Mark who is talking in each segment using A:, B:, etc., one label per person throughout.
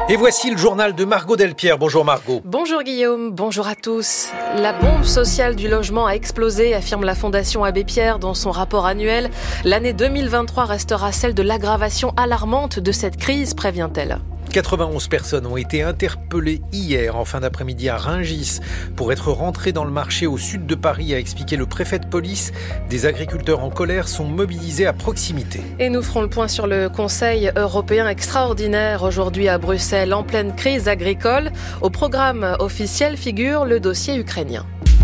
A: Et voici le journal de Margot Delpierre. Bonjour Margot.
B: Bonjour Guillaume, bonjour à tous. La bombe sociale du logement a explosé, affirme la Fondation Abbé Pierre dans son rapport annuel. L'année 2023 restera celle de l'aggravation alarmante de cette crise, prévient-elle.
A: 91 personnes ont été interpellées hier en fin d'après-midi à Rungis pour être rentrées dans le marché au sud de Paris, a expliqué le préfet de police. Des agriculteurs en colère sont mobilisés à proximité.
B: Et nous ferons le point sur le Conseil européen extraordinaire aujourd'hui à Bruxelles en pleine crise agricole. Au programme officiel figure le dossier ukrainien.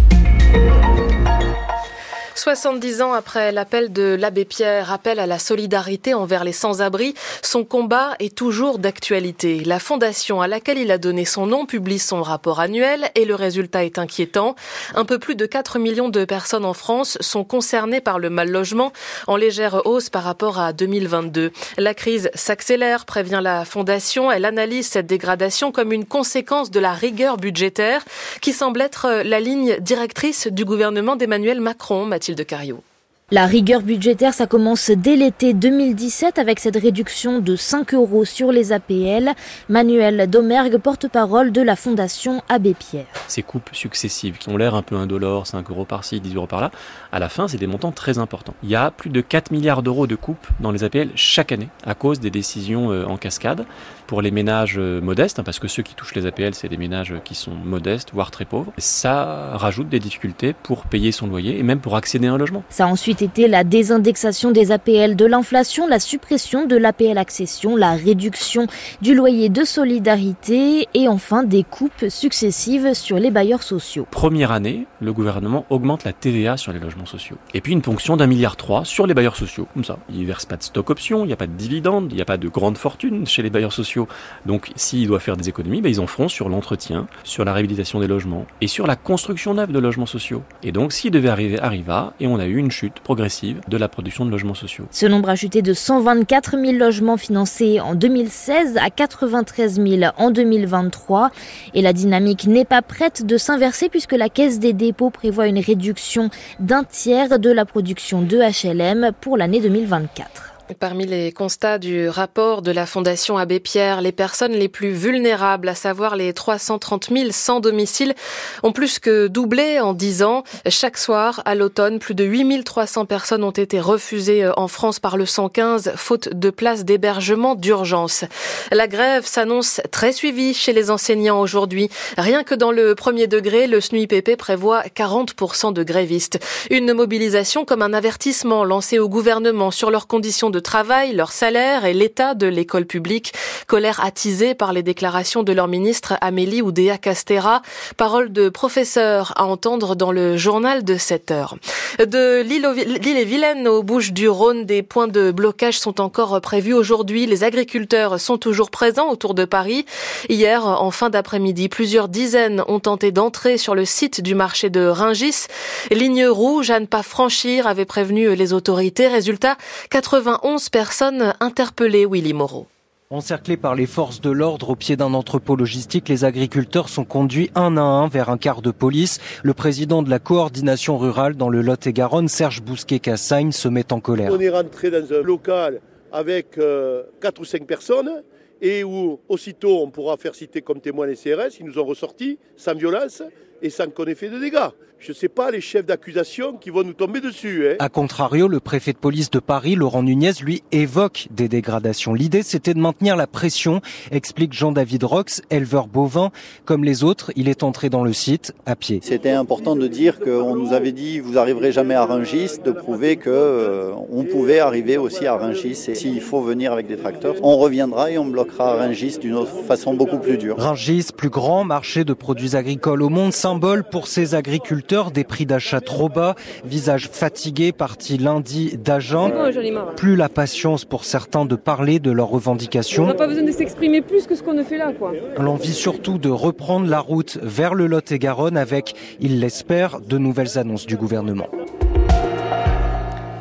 B: 70 ans après l'appel de l'Abbé Pierre, appel à la solidarité envers les sans-abri, son combat est toujours d'actualité. La fondation à laquelle il a donné son nom publie son rapport annuel et le résultat est inquiétant. Un peu plus de 4 millions de personnes en France sont concernées par le mal-logement, en légère hausse par rapport à 2022. La crise s'accélère, prévient la fondation. Elle analyse cette dégradation comme une conséquence de la rigueur budgétaire qui semble être la ligne directrice du gouvernement d'Emmanuel Macron, Mathilde Cariou.
C: La rigueur budgétaire, ça commence dès l'été 2017 avec cette réduction de 5 € sur les APL. Manuel Domergue, porte-parole de la Fondation Abbé Pierre.
D: Ces coupes successives qui ont l'air un peu indolores, 5 € par-ci, 10 € par-là, à la fin, c'est des montants très importants. Il y a plus de 4 milliards d'euros de coupes dans les APL chaque année à cause des décisions en cascade pour les ménages modestes, parce que ceux qui touchent les APL, c'est des ménages qui sont modestes, voire très pauvres. Ça rajoute des difficultés pour payer son loyer et même pour accéder à un logement.
C: Ça a ensuite été la désindexation des APL de l'inflation, la suppression de l'APL accession, la réduction du loyer de solidarité et enfin des coupes successives sur les bailleurs sociaux.
D: Première année, le gouvernement augmente la TVA sur les logements sociaux. Et puis une ponction d'1,3 milliard sur les bailleurs sociaux, comme ça. Ils ne versent pas de stock option, il n'y a pas de dividendes, il n'y a pas de grande fortune chez les bailleurs sociaux. Donc s'ils doivent faire des économies, ils en feront sur l'entretien, sur la réhabilitation des logements et sur la construction neuve de logements sociaux. Et donc s'il devait arriva, et on a eu une chute progressive de la production de logements sociaux.
C: Ce nombre a chuté de 124 000 logements financés en 2016 à 93 000 en 2023. Et la dynamique n'est pas prête de s'inverser puisque la Caisse des dépôts prévoit une réduction d'un tiers de la production de HLM pour l'année 2024.
B: Parmi les constats du rapport de la Fondation Abbé Pierre, les personnes les plus vulnérables, à savoir les 330 000 sans domicile, ont plus que doublé en 10 ans. Chaque soir, à l'automne, plus de 8 300 personnes ont été refusées en France par le 115, faute de places d'hébergement d'urgence. La grève s'annonce très suivie chez les enseignants aujourd'hui. Rien que dans le premier degré, le SNUIPP prévoit 40% de grévistes. Une mobilisation comme un avertissement lancé au gouvernement sur leurs conditions de travail, leur salaire et l'état de l'école publique. Colère attisée par les déclarations de leur ministre Amélie Oudéa-Castéra. Parole de professeur à entendre dans le journal de 7 heures. De l'île-et-Vilaine aux Bouches-du-Rhône, des points de blocage sont encore prévus aujourd'hui. Les agriculteurs sont toujours présents autour de Paris. Hier, en fin d'après-midi, plusieurs dizaines ont tenté d'entrer sur le site du marché de Rungis. Ligne rouge à ne pas franchir, avait prévenu les autorités. Résultat, 91 personnes interpellées, Willy Moreau.
E: Encerclés par les forces de l'ordre au pied d'un entrepôt logistique, les agriculteurs sont conduits un à un vers un car de police. Le président de la coordination rurale dans le Lot-et-Garonne, Serge Bousquet-Cassagne, se met en colère.
F: On est rentré dans un local avec 4 ou 5 personnes et où aussitôt on pourra faire citer comme témoins les CRS. Ils nous ont ressorti sans violence et sans qu'on ait fait de dégâts. Je ne sais pas les chefs d'accusation qui vont nous tomber dessus.
E: A contrario, le préfet de police de Paris, Laurent Nunez, lui évoque des dégradations. L'idée, c'était de maintenir la pression, explique Jean-David Rox, éleveur bovin. Comme les autres, il est entré dans le site à pied.
G: C'était important de dire qu'on nous avait dit vous n'arriverez jamais à Rungis, de prouver qu'on pouvait arriver aussi à Rungis. Et s'il faut venir avec des tracteurs, on reviendra et on bloquera Rungis d'une autre façon beaucoup plus dure.
E: Rungis, plus grand marché de produits agricoles au monde, symbole pour ces agriculteurs des prix d'achat trop bas, visage fatigué, parti lundi d'Agen. Plus la patience pour certains de parler de leurs revendications.
H: On n'a pas besoin de s'exprimer plus que ce qu'on ne fait là,
E: L'envie surtout de reprendre la route vers le Lot-et-Garonne avec, il l'espère, de nouvelles annonces du gouvernement.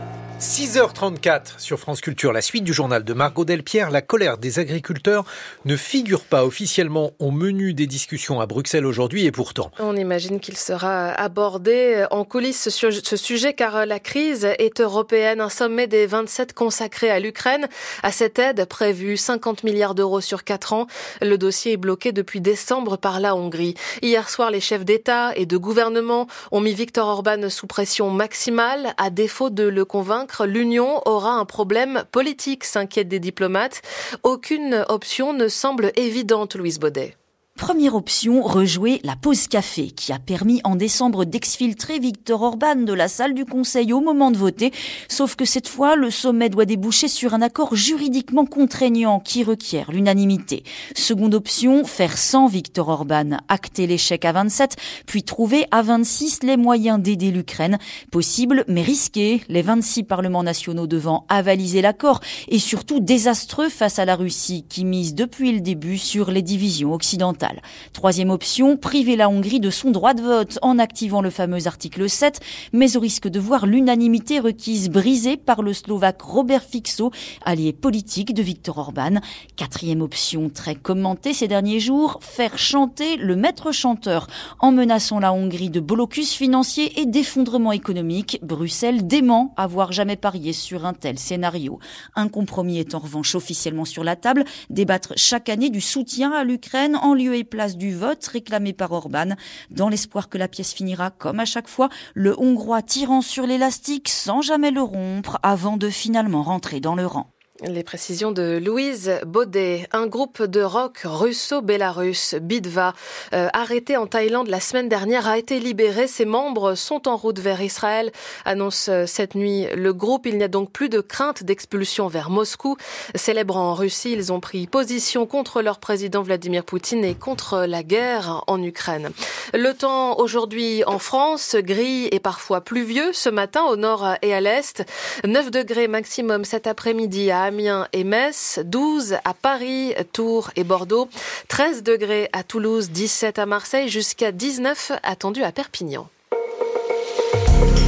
A: 6h34 sur France Culture, la suite du journal de Margot Delpierre. La colère des agriculteurs ne figure pas officiellement au menu des discussions à Bruxelles aujourd'hui et pourtant.
B: On imagine qu'il sera abordé en coulisses sur ce sujet car la crise est européenne. Un sommet des 27 consacré à l'Ukraine. À cette aide prévue 50 milliards d'euros sur 4 ans. Le dossier est bloqué depuis décembre par la Hongrie. Hier soir, les chefs d'État et de gouvernement ont mis Viktor Orban sous pression maximale. À défaut de le convaincre, l'Union aura un problème politique, s'inquiètent des diplomates. Aucune option ne semble évidente, Louise Baudet.
I: Première option, rejouer la pause café, qui a permis en décembre d'exfiltrer Viktor Orban de la salle du Conseil au moment de voter. Sauf que cette fois, le sommet doit déboucher sur un accord juridiquement contraignant qui requiert l'unanimité. Seconde option, faire sans Viktor Orban, acter l'échec à 27, puis trouver à 26 les moyens d'aider l'Ukraine. Possible, mais risqué, les 26 parlements nationaux devant avaliser l'accord et surtout désastreux face à la Russie qui mise depuis le début sur les divisions occidentales. Troisième option, priver la Hongrie de son droit de vote en activant le fameux article 7, mais au risque de voir l'unanimité requise brisée par le Slovaque Robert Fico, allié politique de Viktor Orban. Quatrième option, très commentée ces derniers jours, faire chanter le maître chanteur en menaçant la Hongrie de blocus financier et d'effondrement économique. Bruxelles dément avoir jamais parié sur un tel scénario. Un compromis est en revanche officiellement sur la table, débattre chaque année du soutien à l'Ukraine en lieu et place du vote réclamé par Orban, dans l'espoir que la pièce finira comme à chaque fois, le Hongrois tirant sur l'élastique sans jamais le rompre avant de finalement rentrer dans le rang.
B: Les précisions de Louise Baudet. Un groupe de rock russo-bélarusse, Bitva, arrêté en Thaïlande la semaine dernière, a été libéré. Ses membres sont en route vers Israël, annonce cette nuit le groupe. Il n'y a donc plus de crainte d'expulsion vers Moscou. Célébrant en Russie, ils ont pris position contre leur président Vladimir Poutine et contre la guerre en Ukraine. Le temps aujourd'hui en France, gris et parfois pluvieux ce matin au nord et à l'est. 9 degrés maximum cet après-midi à Amiens et Metz, 12 à Paris, Tours et Bordeaux, 13 degrés à Toulouse, 17 à Marseille, jusqu'à 19 attendus à Perpignan.